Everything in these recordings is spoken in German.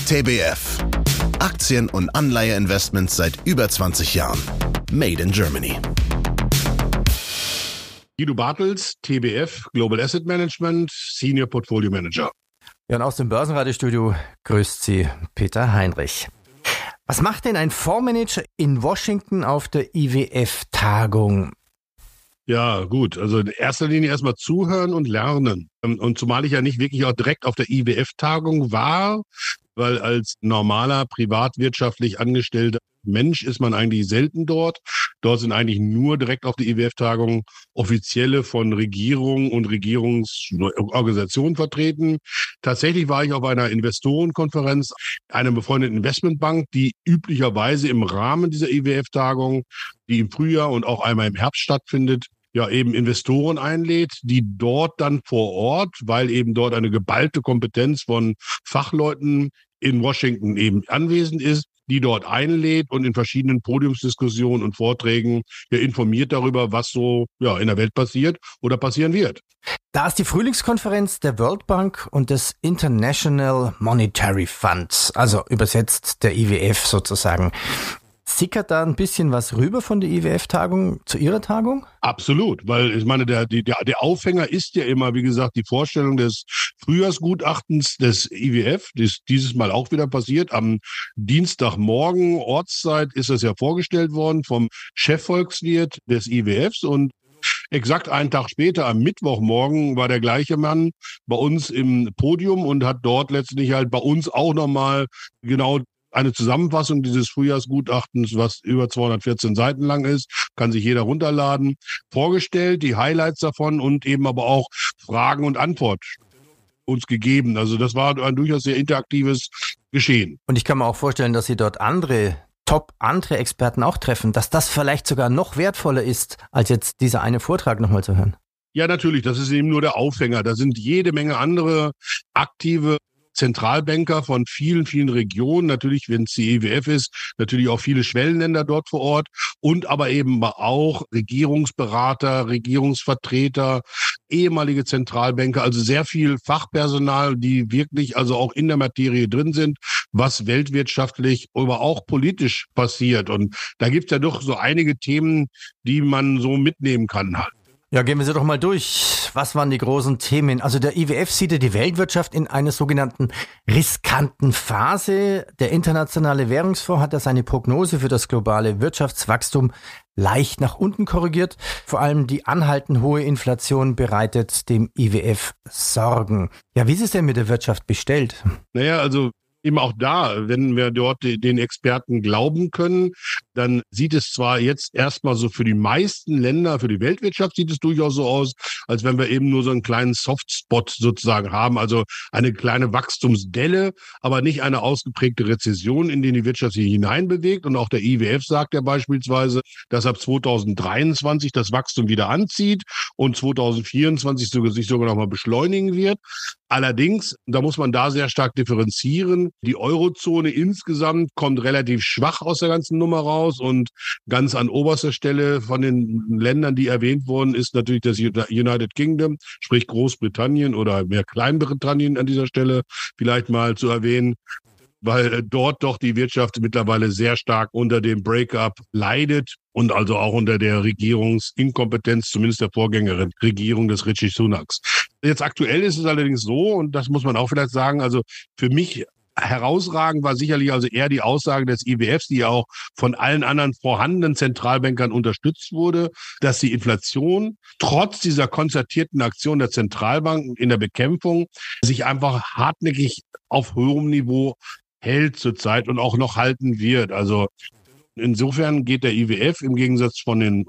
TBF. Aktien- und Anleiheinvestments seit über 20 Jahren. Made in Germany. Guido Bartels, TBF, Global Asset Management, Senior Portfolio Manager. Ja, und aus dem Börsenradiostudio grüßt Sie Peter Heinrich. Was macht denn ein Fondsmanager in Washington auf der IWF-Tagung? Ja, gut. Also in erster Linie erstmal zuhören und lernen. Und zumal ich ja nicht wirklich auch direkt auf der IWF-Tagung war, weil als normaler privatwirtschaftlich angestellter Mensch ist man eigentlich selten dort. Dort sind eigentlich nur direkt auf der IWF-Tagung Offizielle von Regierung und Regierungsorganisationen vertreten. Tatsächlich war ich auf einer Investorenkonferenz einer befreundeten Investmentbank, die üblicherweise im Rahmen dieser IWF-Tagung, die im Frühjahr und auch einmal im Herbst stattfindet, ja eben Investoren einlädt, die dort dann vor Ort, weil eben dort eine geballte Kompetenz von Fachleuten in Washington eben anwesend ist, die dort einlädt und in verschiedenen Podiumsdiskussionen und Vorträgen informiert darüber, was so in der Welt passiert oder passieren wird. Da ist die Frühlingskonferenz der World Bank und des International Monetary Fund, also übersetzt der IWF sozusagen. Sickert da ein bisschen was rüber von der IWF-Tagung zu Ihrer Tagung? Absolut, weil ich meine, der Aufhänger ist ja immer, wie gesagt, die Vorstellung des Frühjahrsgutachtens des IWF, das ist dieses Mal auch wieder passiert. Am Dienstagmorgen Ortszeit ist das ja vorgestellt worden vom Chefvolkswirt des IWFs und exakt einen Tag später, am Mittwochmorgen, war der gleiche Mann bei uns im Podium und hat dort letztlich halt bei uns auch nochmal genau eine Zusammenfassung dieses Frühjahrsgutachtens, was über 214 Seiten lang ist, kann sich jeder runterladen, vorgestellt, die Highlights davon und eben aber auch Fragen und Antwort uns gegeben. Also das war ein durchaus sehr interaktives Geschehen. Und ich kann mir auch vorstellen, dass Sie dort andere Experten auch treffen, dass das vielleicht sogar noch wertvoller ist, als jetzt dieser eine Vortrag nochmal zu hören. Ja, natürlich, das ist eben nur der Aufhänger. Da sind jede Menge andere aktive Zentralbanker von vielen, vielen Regionen, natürlich, wenn es die IWF ist, natürlich auch viele Schwellenländer dort vor Ort und aber eben auch Regierungsberater, Regierungsvertreter, ehemalige Zentralbanker, also sehr viel Fachpersonal, die wirklich also auch in der Materie drin sind, was weltwirtschaftlich, aber auch politisch passiert. Und da gibt es ja doch so einige Themen, die man so mitnehmen kann halt. Ja, gehen wir sie doch mal durch. Was waren die großen Themen? Also der IWF sieht ja die Weltwirtschaft in einer sogenannten riskanten Phase. Der Internationale Währungsfonds hat ja seine Prognose für das globale Wirtschaftswachstum leicht nach unten korrigiert. Vor allem die anhaltend hohe Inflation bereitet dem IWF Sorgen. Ja, wie ist es denn mit der Wirtschaft bestellt? Naja, also eben auch da, wenn wir dort den Experten glauben können, dann sieht es zwar jetzt erstmal so für die meisten Länder, für die Weltwirtschaft sieht es durchaus so aus, als wenn wir eben nur so einen kleinen Softspot sozusagen haben, also eine kleine Wachstumsdelle, aber nicht eine ausgeprägte Rezession, in die Wirtschaft sich hineinbewegt. Und auch der IWF sagt ja beispielsweise, dass ab 2023 das Wachstum wieder anzieht und 2024 sich sogar nochmal beschleunigen wird. Allerdings, da muss man da sehr stark differenzieren. Die Eurozone insgesamt kommt relativ schwach aus der ganzen Nummer raus und ganz an oberster Stelle von den Ländern, die erwähnt wurden, ist natürlich das United Kingdom, sprich Großbritannien oder mehr Kleinbritannien an dieser Stelle vielleicht mal zu erwähnen, weil dort doch die Wirtschaft mittlerweile sehr stark unter dem Break-up leidet und also auch unter der Regierungsinkompetenz, zumindest der Vorgängerin Regierung des Rishi Sunaks. Jetzt aktuell ist es allerdings so, und das muss man auch vielleicht sagen, also für mich herausragend war sicherlich also eher die Aussage des IWFs, die ja auch von allen anderen vorhandenen Zentralbankern unterstützt wurde, dass die Inflation trotz dieser konzertierten Aktion der Zentralbanken in der Bekämpfung sich einfach hartnäckig auf hohem Niveau hält zurzeit und auch noch halten wird. Also insofern geht der IWF im Gegensatz von den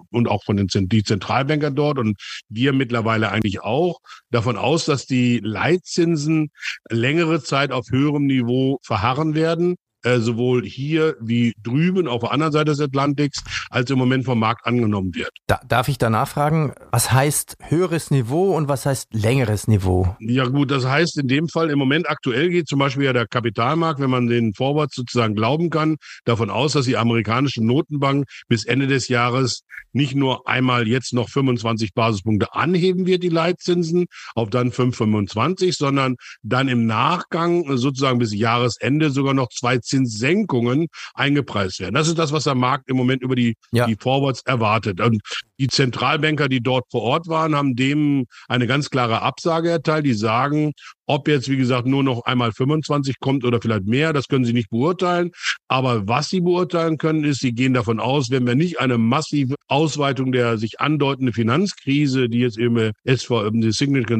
die Zentralbanker dort und wir mittlerweile eigentlich auch davon aus, dass die Leitzinsen längere Zeit auf höherem Niveau verharren werden. sowohl hier wie drüben auf der anderen Seite des Atlantiks, als im Moment vom Markt angenommen wird. Darf ich da nachfragen, was heißt höheres Niveau und was heißt längeres Niveau? Ja gut, das heißt in dem Fall im Moment aktuell geht zum Beispiel ja der Kapitalmarkt, wenn man den Forwards sozusagen glauben kann, davon aus, dass die amerikanische Notenbank bis Ende des Jahres nicht nur einmal jetzt noch 25 Basispunkte anheben wird, die Leitzinsen, auf dann 5,25, sondern dann im Nachgang sozusagen bis Jahresende sogar noch 2 Zinssenkungen eingepreist werden. Das ist das, was der Markt im Moment über die Forwards erwartet. Und die Zentralbanker, die dort vor Ort waren, haben dem eine ganz klare Absage erteilt. Die sagen, ob jetzt, wie gesagt, nur noch einmal 25 kommt oder vielleicht mehr, das können sie nicht beurteilen. Aber was sie beurteilen können, ist, sie gehen davon aus, wenn wir nicht eine massive Ausweitung der sich andeutende Finanzkrise, die jetzt eben die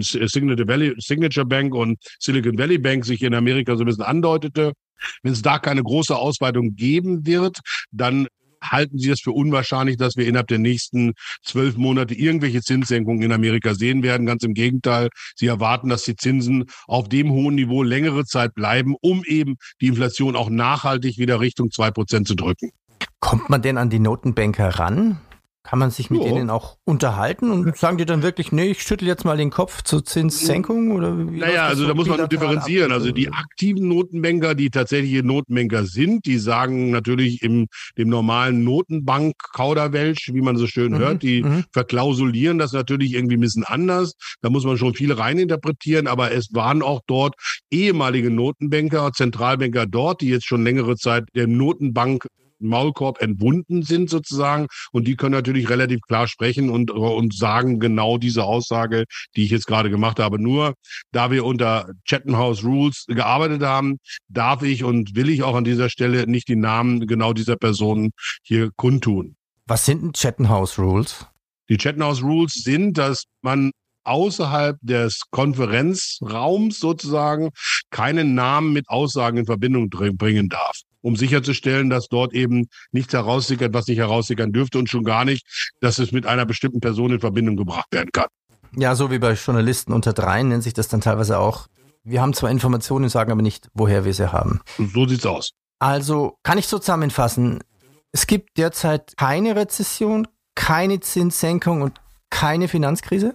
Signature Bank und Silicon Valley Bank sich in Amerika so ein bisschen andeutete, wenn es da keine große Ausweitung geben wird, dann halten Sie es für unwahrscheinlich, dass wir innerhalb der nächsten 12 Monate irgendwelche Zinssenkungen in Amerika sehen werden. Ganz im Gegenteil, Sie erwarten, dass die Zinsen auf dem hohen Niveau längere Zeit bleiben, um eben die Inflation auch nachhaltig wieder Richtung 2% zu drücken. Kommt man denn an die Notenbanker ran? Kann man sich mit denen auch unterhalten und sagen die dann wirklich, nee, ich schüttel jetzt mal den Kopf zur Zinssenkung? Oder wie also da muss man differenzieren. Also die aktiven Notenbanker, die tatsächliche Notenbanker sind, die sagen natürlich dem normalen Notenbank-Kauderwelsch, wie man so schön hört, die verklausulieren das natürlich irgendwie ein bisschen anders. Da muss man schon viel reininterpretieren, aber es waren auch dort ehemalige Notenbanker, Zentralbanker dort, die jetzt schon längere Zeit der Notenbank Maulkorb entbunden sind sozusagen und die können natürlich relativ klar sprechen und sagen genau diese Aussage, die ich jetzt gerade gemacht habe. Nur da wir unter Chatham House Rules gearbeitet haben, darf ich und will ich auch an dieser Stelle nicht die Namen genau dieser Personen hier kundtun. Was sind denn Chatham House Rules? Die Chatham House Rules sind, dass man außerhalb des Konferenzraums sozusagen keinen Namen mit Aussagen in Verbindung bringen darf, um sicherzustellen, dass dort eben nichts heraussickert, was nicht heraussickern dürfte und schon gar nicht, dass es mit einer bestimmten Person in Verbindung gebracht werden kann. Ja, so wie bei Journalisten unter dreien nennt sich das dann teilweise auch. Wir haben zwar Informationen, sagen aber nicht, woher wir sie haben. So sieht's aus. Also kann ich so zusammenfassen, es gibt derzeit keine Rezession, keine Zinssenkung und keine Finanzkrise?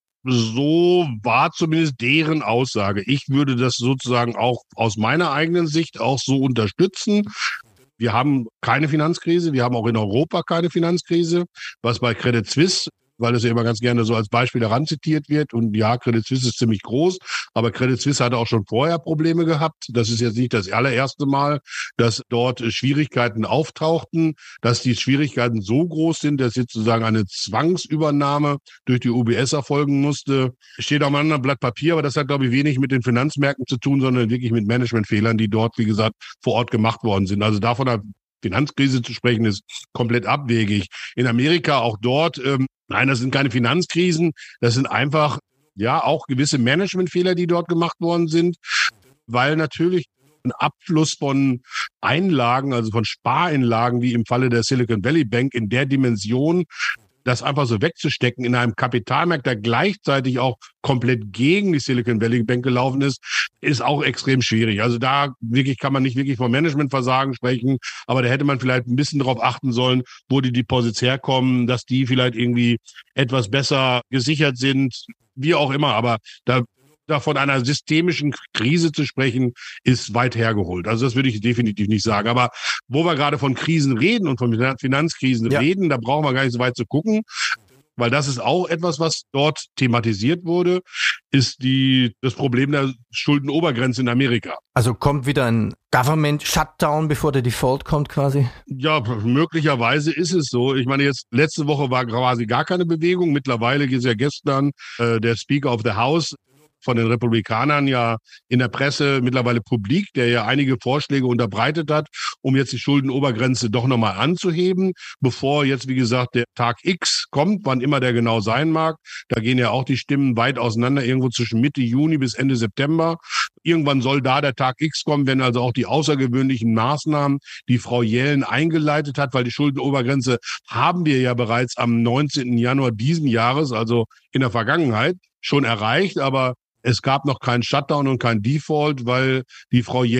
So war zumindest deren Aussage. Ich würde das sozusagen auch aus meiner eigenen Sicht auch so unterstützen. Wir haben keine Finanzkrise, wir haben auch in Europa keine Finanzkrise, was bei Credit Suisse, weil das ja immer ganz gerne so als Beispiel daran zitiert wird. Und ja, Credit Suisse ist ziemlich groß, aber Credit Suisse hatte auch schon vorher Probleme gehabt. Das ist jetzt nicht das allererste Mal, dass dort Schwierigkeiten auftauchten, dass die Schwierigkeiten so groß sind, dass jetzt sozusagen eine Zwangsübernahme durch die UBS erfolgen musste. Steht auf einem anderen Blatt Papier, aber das hat, glaube ich, wenig mit den Finanzmärkten zu tun, sondern wirklich mit Managementfehlern, die dort, wie gesagt, vor Ort gemacht worden sind. Also davon eine Finanzkrise zu sprechen, ist komplett abwegig. In Amerika auch dort, nein, das sind keine Finanzkrisen, das sind einfach, ja, auch gewisse Managementfehler, die dort gemacht worden sind, weil natürlich ein Abfluss von Einlagen, also von Spareinlagen, wie im Falle der Silicon Valley Bank in der Dimension, das einfach so wegzustecken in einem Kapitalmarkt, der gleichzeitig auch komplett gegen die Silicon Valley Bank gelaufen ist auch extrem schwierig. Also da wirklich kann man nicht wirklich vom Managementversagen sprechen, aber da hätte man vielleicht ein bisschen darauf achten sollen, wo die Deposits herkommen, dass die vielleicht irgendwie etwas besser gesichert sind, wie auch immer. Aber da von einer systemischen Krise zu sprechen, ist weit hergeholt. Also das würde ich definitiv nicht sagen. Aber wo wir gerade von Krisen reden und von Finanzkrisen reden, da brauchen wir gar nicht so weit zu gucken, weil das ist auch etwas, was dort thematisiert wurde, ist das Problem der Schuldenobergrenze in Amerika. Also kommt wieder ein Government-Shutdown, bevor der Default kommt quasi? Ja, möglicherweise ist es so. Ich meine, jetzt letzte Woche war quasi gar keine Bewegung. Mittlerweile ist ja gestern der Speaker of the House von den Republikanern ja in der Presse mittlerweile publik, der ja einige Vorschläge unterbreitet hat, um jetzt die Schuldenobergrenze doch nochmal anzuheben, bevor jetzt, wie gesagt, der Tag X kommt, wann immer der genau sein mag. Da gehen ja auch die Stimmen weit auseinander, irgendwo zwischen Mitte Juni bis Ende September. Irgendwann soll da der Tag X kommen, wenn also auch die außergewöhnlichen Maßnahmen, die Frau Yellen eingeleitet hat, weil die Schuldenobergrenze haben wir ja bereits am 19. Januar diesen Jahres, also in der Vergangenheit, schon erreicht, aber es gab noch keinen Shutdown und keinen Default, weil die Frau Yellen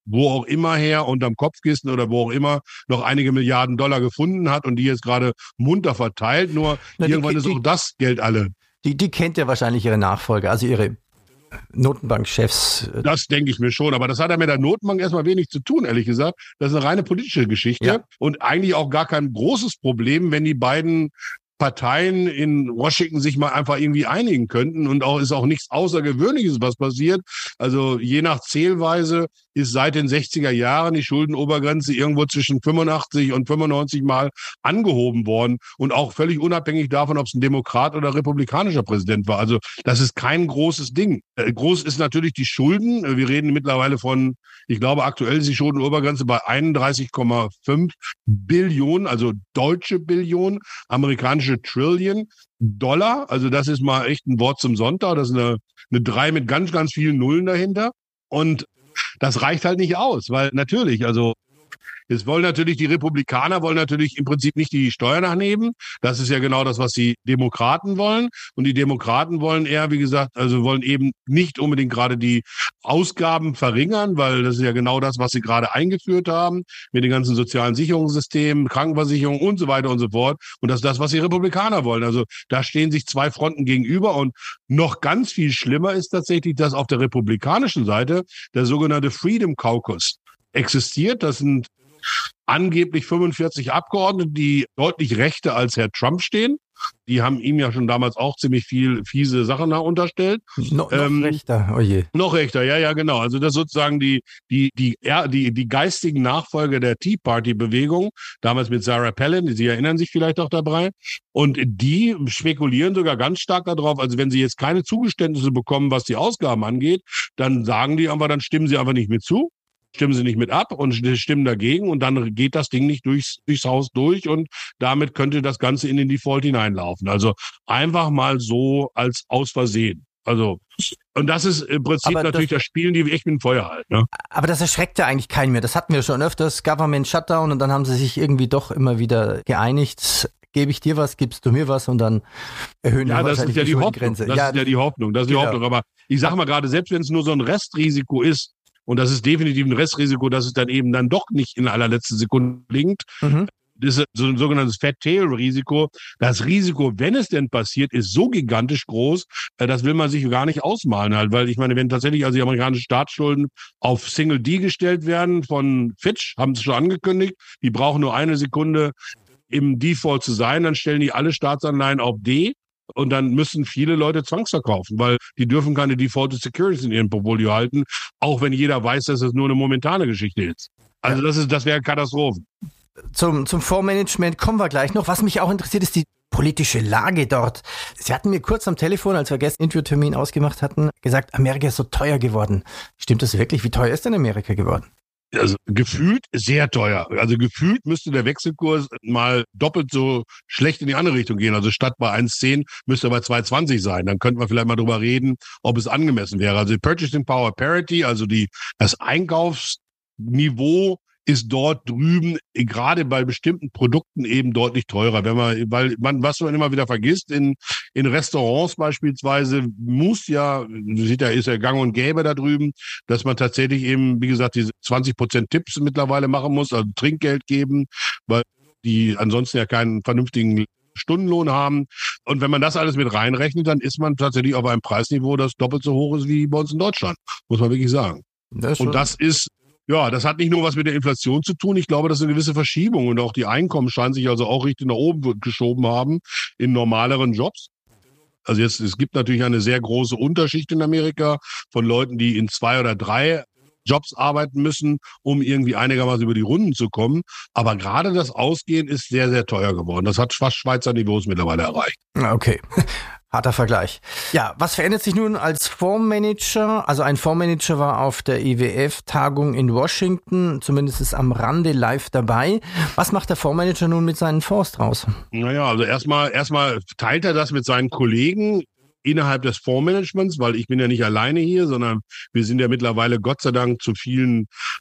wo auch immer her, unterm Kopfkissen oder wo auch immer, noch einige Milliarden Dollar gefunden hat und die jetzt gerade munter verteilt. Nur irgendwann ist auch das Geld alle. Die kennt ja wahrscheinlich ihre Nachfolger, also ihre Notenbankchefs. Das denke ich mir schon, aber das hat ja mit der Notenbank erstmal wenig zu tun, ehrlich gesagt. Das ist eine reine politische Geschichte und eigentlich auch gar kein großes Problem, wenn die beiden Parteien in Washington sich mal einfach irgendwie einigen könnten und auch ist auch nichts Außergewöhnliches, was passiert. Also je nach Zählweise ist seit den 60er Jahren die Schuldenobergrenze irgendwo zwischen 85 und 95 Mal angehoben worden und auch völlig unabhängig davon, ob es ein Demokrat oder republikanischer Präsident war. Also das ist kein großes Ding. Groß ist natürlich die Schulden. Wir reden mittlerweile von, ich glaube aktuell ist die Schuldenobergrenze bei 31,5 Billionen, also deutsche Billionen, amerikanische Trillion Dollar. Also das ist mal echt ein Wort zum Sonntag. Das ist eine 3 mit ganz, ganz vielen Nullen dahinter. Und das reicht halt nicht aus, weil natürlich, also es wollen natürlich, die Republikaner wollen natürlich im Prinzip nicht die Steuern nachnehmen. Das ist ja genau das, was die Demokraten wollen. Und die Demokraten wollen eher, wie gesagt, also wollen eben nicht unbedingt gerade die Ausgaben verringern, weil das ist ja genau das, was sie gerade eingeführt haben mit den ganzen sozialen Sicherungssystemen, Krankenversicherung und so weiter und so fort. Und das ist das, was die Republikaner wollen. Also da stehen sich zwei Fronten gegenüber. Und noch ganz viel schlimmer ist tatsächlich, dass auf der republikanischen Seite der sogenannte Freedom Caucus existiert. Das sind angeblich 45 Abgeordnete, die deutlich rechter als Herr Trump stehen. Die haben ihm ja schon damals auch ziemlich viel fiese Sachen da unterstellt. Noch rechter, oh je. Noch rechter, ja, genau. Also das sozusagen die geistigen Nachfolger der Tea Party-Bewegung, damals mit Sarah Palin, Sie erinnern sich vielleicht auch dabei. Und die spekulieren sogar ganz stark darauf, also wenn sie jetzt keine Zugeständnisse bekommen, was die Ausgaben angeht, dann sagen die einfach, dann stimmen sie einfach nicht mit zu. Stimmen sie nicht mit ab und stimmen dagegen und dann geht das Ding nicht durchs Haus durch und damit könnte das Ganze in den Default hineinlaufen. Also einfach mal so als aus Versehen. Also, und das ist im Prinzip natürlich, das Spielen die echt mit dem Feuer halt. Ne? Aber das erschreckt ja eigentlich keinen mehr. Das hatten wir schon öfters, Government Shutdown und dann haben sie sich irgendwie doch immer wieder geeinigt. Gebe ich dir was, gibst du mir was und dann erhöhen wir wahrscheinlich die Schuldengrenze. Das ist ja die Hoffnung. Das ist die Hoffnung. Aber ich sage mal gerade, selbst wenn es nur so ein Restrisiko ist, und das ist definitiv ein Restrisiko, dass es dann eben dann doch nicht in allerletzter Sekunde gelingt. Mhm. Das ist so ein sogenanntes Fat-Tail-Risiko. Das Risiko, wenn es denn passiert, ist so gigantisch groß, das will man sich gar nicht ausmalen halt. Weil ich meine, wenn tatsächlich also die amerikanischen Staatsschulden auf Single D gestellt werden von Fitch, haben sie schon angekündigt, die brauchen nur eine Sekunde im Default zu sein, dann stellen die alle Staatsanleihen auf D. Und dann müssen viele Leute zwangsverkaufen, weil die dürfen keine Defaulted Securities in ihrem Portfolio halten, auch wenn jeder weiß, dass es nur eine momentane Geschichte ist. Also das wäre Katastrophen. Zum Fondsmanagement kommen wir gleich noch. Was mich auch interessiert, ist die politische Lage dort. Sie hatten mir kurz am Telefon, als wir gestern einen Interviewtermin ausgemacht hatten, gesagt, Amerika ist so teuer geworden. Stimmt das wirklich? Wie teuer ist denn Amerika geworden? Also gefühlt sehr teuer. Also gefühlt müsste der Wechselkurs mal doppelt so schlecht in die andere Richtung gehen. Also statt bei 1,10 müsste er bei 2,20 sein. Dann könnten wir vielleicht mal drüber reden, ob es angemessen wäre. Also die Purchasing Power Parity, also das Einkaufsniveau ist dort drüben gerade bei bestimmten Produkten eben deutlich teurer. Was man immer wieder vergisst, in Restaurants beispielsweise ist ja gang und gäbe da drüben, dass man tatsächlich eben, wie gesagt, diese 20% Tipps mittlerweile machen muss, also Trinkgeld geben, weil die ansonsten ja keinen vernünftigen Stundenlohn haben. Und wenn man das alles mit reinrechnet, dann ist man tatsächlich auf einem Preisniveau, das doppelt so hoch ist wie bei uns in Deutschland, muss man wirklich sagen. Das hat nicht nur was mit der Inflation zu tun. Ich glaube, das ist eine gewisse Verschiebung und auch die Einkommen scheinen sich also auch richtig nach oben geschoben haben in normaleren Jobs. Also es gibt natürlich eine sehr große Unterschicht in Amerika von Leuten, die in 2 oder 3 Jobs arbeiten müssen, um irgendwie einigermaßen über die Runden zu kommen. Aber gerade das Ausgehen ist sehr, sehr teuer geworden. Das hat fast Schweizer Niveaus mittlerweile erreicht. Okay. Harter Vergleich. Ja, was verändert sich nun als Fondsmanager? Also ein Fondsmanager war auf der IWF-Tagung in Washington, zumindest ist am Rande live dabei. Was macht der Fondsmanager nun mit seinen Fonds draus? Naja, also erstmal teilt er das mit seinen Kollegen innerhalb des Fondsmanagements, weil ich bin ja nicht alleine hier, sondern wir sind ja mittlerweile Gott sei Dank zu vielen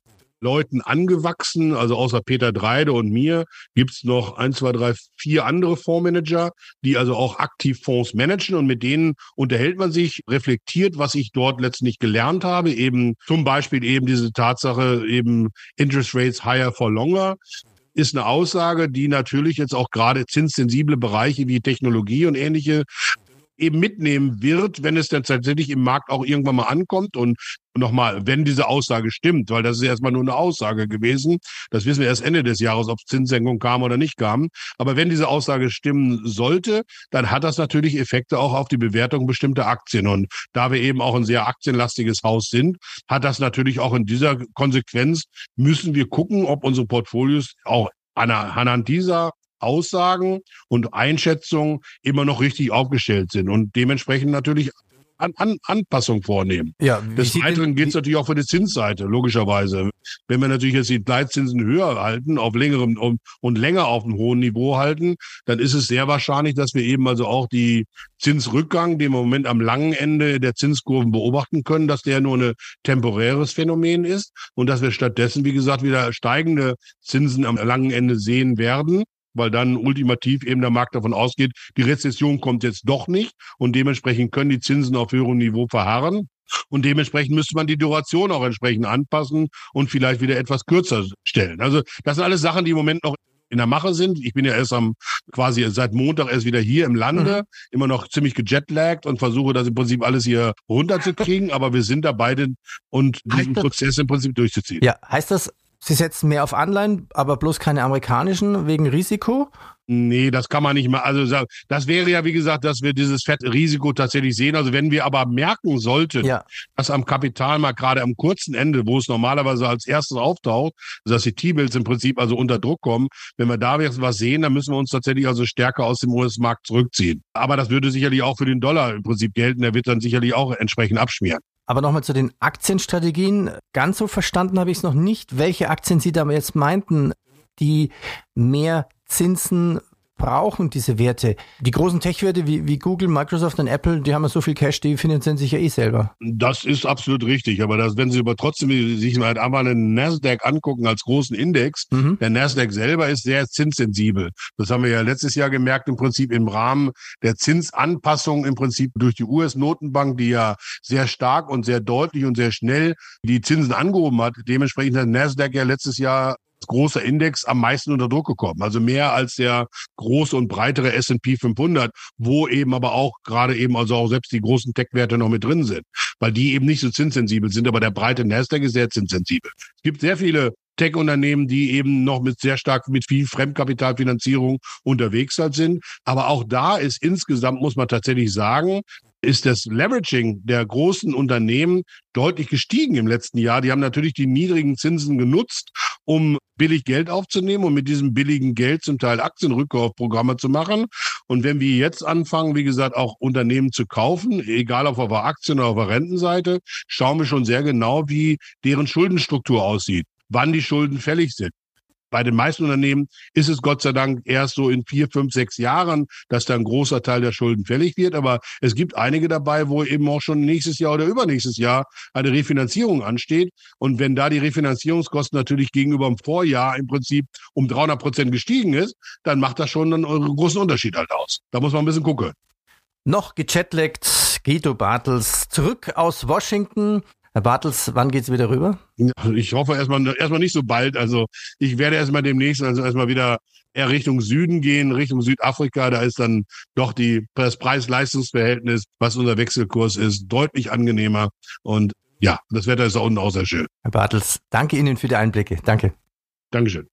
Leuten angewachsen. Also außer Peter Dreide und mir gibt's noch 1, 2, 3, 4 andere Fondsmanager, die also auch aktiv Fonds managen. Und mit denen unterhält man sich, reflektiert, was ich dort letztlich gelernt habe. Eben zum Beispiel eben diese Tatsache, eben Interest Rates higher for longer. Ist eine Aussage, die natürlich jetzt auch gerade zinssensible Bereiche wie Technologie und ähnliche eben mitnehmen wird, wenn es dann tatsächlich im Markt auch irgendwann mal ankommt. Und nochmal, wenn diese Aussage stimmt, weil das ist erstmal nur eine Aussage gewesen, das wissen wir erst Ende des Jahres, ob Zinssenkung kam oder nicht kam. Aber wenn diese Aussage stimmen sollte, dann hat das natürlich Effekte auch auf die Bewertung bestimmter Aktien. Und da wir eben auch ein sehr aktienlastiges Haus sind, hat das natürlich auch in dieser Konsequenz, müssen wir gucken, ob unsere Portfolios auch anhand dieser Aussagen und Einschätzungen immer noch richtig aufgestellt sind und dementsprechend natürlich Anpassung vornehmen. Ja, des Weiteren geht es natürlich auch für die Zinsseite, logischerweise. Wenn wir natürlich jetzt die Leitzinsen höher halten, auf längerem und länger auf einem hohen Niveau halten, dann ist es sehr wahrscheinlich, dass wir eben also auch die Zinsrückgang, den wir im Moment am langen Ende der Zinskurven beobachten können, dass der nur ein temporäres Phänomen ist und dass wir stattdessen, wie gesagt, wieder steigende Zinsen am langen Ende sehen werden, weil dann ultimativ eben der Markt davon ausgeht, die Rezession kommt jetzt doch nicht und dementsprechend können die Zinsen auf höherem Niveau verharren und dementsprechend müsste man die Duration auch entsprechend anpassen und vielleicht wieder etwas kürzer stellen. Also das sind alles Sachen, die im Moment noch in der Mache sind. Ich bin ja erst quasi seit Montag erst wieder hier im Lande, immer noch ziemlich gejetlaggt und versuche das im Prinzip alles hier runterzukriegen, aber wir sind dabei und diesen Prozess im Prinzip durchzuziehen. Ja, heißt das, Sie setzen mehr auf Anleihen, aber bloß keine amerikanischen wegen Risiko? Nee, das kann man nicht mal. Also das wäre ja, wie gesagt, dass wir dieses Fettrisiko tatsächlich sehen. Also wenn wir aber merken sollten, dass am Kapitalmarkt gerade am kurzen Ende, wo es normalerweise als erstes auftaucht, dass die T-Bills im Prinzip also unter Druck kommen, wenn wir da was sehen, dann müssen wir uns tatsächlich also stärker aus dem US-Markt zurückziehen. Aber das würde sicherlich auch für den Dollar im Prinzip gelten. Der wird dann sicherlich auch entsprechend abschmieren. Aber nochmal zu den Aktienstrategien. Ganz so verstanden habe ich es noch nicht, welche Aktien Sie da jetzt meinten, die mehr Zinsen brauchen, diese Werte. Die großen Tech-Werte wie Google, Microsoft und Apple, die haben ja so viel Cash, die finanzieren sich ja eh selber. Das ist absolut richtig. Aber wenn Sie aber trotzdem sich mal einmal einen Nasdaq angucken als großen Index, der Nasdaq selber ist sehr zinssensibel. Das haben wir ja letztes Jahr gemerkt, im Prinzip im Rahmen der Zinsanpassung im Prinzip durch die US-Notenbank, die ja sehr stark und sehr deutlich und sehr schnell die Zinsen angehoben hat. Dementsprechend hat Nasdaq ja letztes Jahr großer Index am meisten unter Druck gekommen. Also mehr als der große und breitere S&P 500, wo eben aber auch gerade eben also auch selbst die großen Tech-Werte noch mit drin sind, weil die eben nicht so zinssensibel sind, aber der breite Nasdaq ist sehr zinssensibel. Es gibt sehr viele Tech-Unternehmen, die eben noch mit viel Fremdkapitalfinanzierung unterwegs sind. Aber auch da ist insgesamt, muss man tatsächlich sagen, ist das Leveraging der großen Unternehmen deutlich gestiegen im letzten Jahr. Die haben natürlich die niedrigen Zinsen genutzt, um billig Geld aufzunehmen und mit diesem billigen Geld zum Teil Aktienrückkaufprogramme zu machen. Und wenn wir jetzt anfangen, wie gesagt, auch Unternehmen zu kaufen, egal ob auf der Aktien- oder auf der Rentenseite, schauen wir schon sehr genau, wie deren Schuldenstruktur aussieht, wann die Schulden fällig sind. Bei den meisten Unternehmen ist es Gott sei Dank erst so in 4, 5, 6 Jahren, dass da ein großer Teil der Schulden fällig wird. Aber es gibt einige dabei, wo eben auch schon nächstes Jahr oder übernächstes Jahr eine Refinanzierung ansteht. Und wenn da die Refinanzierungskosten natürlich gegenüber dem Vorjahr im Prinzip um 300% gestiegen ist, dann macht das schon einen großen Unterschied halt aus. Da muss man ein bisschen gucken. Noch gechatlaggt, Guido Bartels zurück aus Washington. Herr Bartels, wann geht's wieder rüber? Ich hoffe erstmal nicht so bald. Also ich werde erstmal demnächst erstmal wieder eher Richtung Süden gehen, Richtung Südafrika. Da ist dann doch das Preis-Leistungs-Verhältnis, was unser Wechselkurs ist, deutlich angenehmer. Und ja, das Wetter ist da unten auch sehr schön. Herr Bartels, danke Ihnen für die Einblicke. Danke. Dankeschön.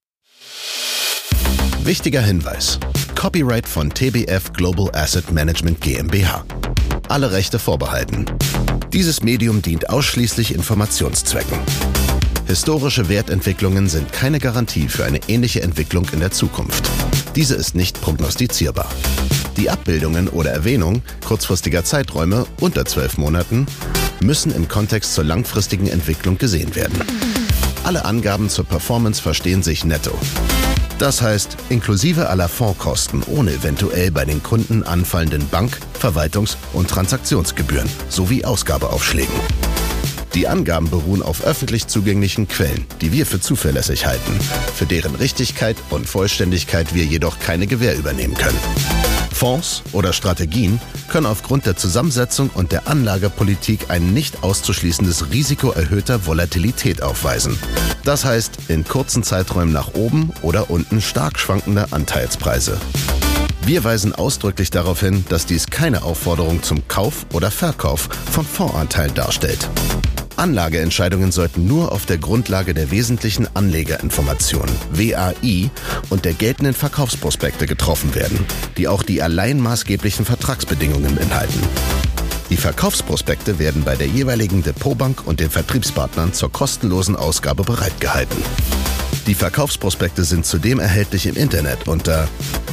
Wichtiger Hinweis. Copyright von TBF Global Asset Management GmbH. Alle Rechte vorbehalten. Dieses Medium dient ausschließlich Informationszwecken. Historische Wertentwicklungen sind keine Garantie für eine ähnliche Entwicklung in der Zukunft. Diese ist nicht prognostizierbar. Die Abbildungen oder Erwähnung kurzfristiger Zeiträume unter 12 Monaten müssen im Kontext zur langfristigen Entwicklung gesehen werden. Alle Angaben zur Performance verstehen sich netto. Das heißt, inklusive aller Fondskosten ohne eventuell bei den Kunden anfallenden Bank-, Verwaltungs- und Transaktionsgebühren sowie Ausgabeaufschlägen. Die Angaben beruhen auf öffentlich zugänglichen Quellen, die wir für zuverlässig halten, für deren Richtigkeit und Vollständigkeit wir jedoch keine Gewähr übernehmen können. Fonds oder Strategien können aufgrund der Zusammensetzung und der Anlagepolitik ein nicht auszuschließendes Risiko erhöhter Volatilität aufweisen. Das heißt, in kurzen Zeiträumen nach oben oder unten stark schwankende Anteilspreise. Wir weisen ausdrücklich darauf hin, dass dies keine Aufforderung zum Kauf oder Verkauf von Fondsanteilen darstellt. Anlageentscheidungen sollten nur auf der Grundlage der wesentlichen Anlegerinformationen, WAI, und der geltenden Verkaufsprospekte getroffen werden, die auch die allein maßgeblichen Vertragsbedingungen beinhalten. Die Verkaufsprospekte werden bei der jeweiligen Depotbank und den Vertriebspartnern zur kostenlosen Ausgabe bereitgehalten. Die Verkaufsprospekte sind zudem erhältlich im Internet unter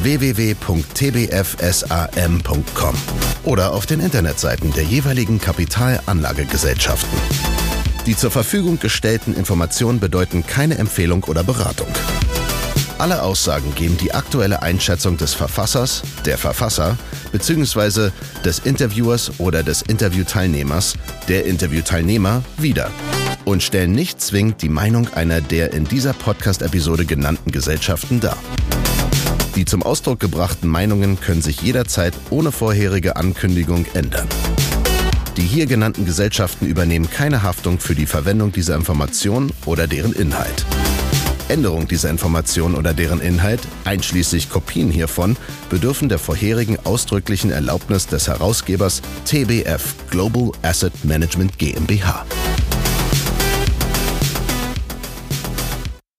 www.tbfsam.com oder auf den Internetseiten der jeweiligen Kapitalanlagegesellschaften. Die zur Verfügung gestellten Informationen bedeuten keine Empfehlung oder Beratung. Alle Aussagen geben die aktuelle Einschätzung des Verfassers, der Verfasser bzw. des Interviewers oder des Interviewteilnehmers, der Interviewteilnehmer wider und stellen nicht zwingend die Meinung einer der in dieser Podcast-Episode genannten Gesellschaften dar. Die zum Ausdruck gebrachten Meinungen können sich jederzeit ohne vorherige Ankündigung ändern. Die hier genannten Gesellschaften übernehmen keine Haftung für die Verwendung dieser Information oder deren Inhalt. Änderung dieser Information oder deren Inhalt, einschließlich Kopien hiervon, bedürfen der vorherigen ausdrücklichen Erlaubnis des Herausgebers TBF Global Asset Management GmbH.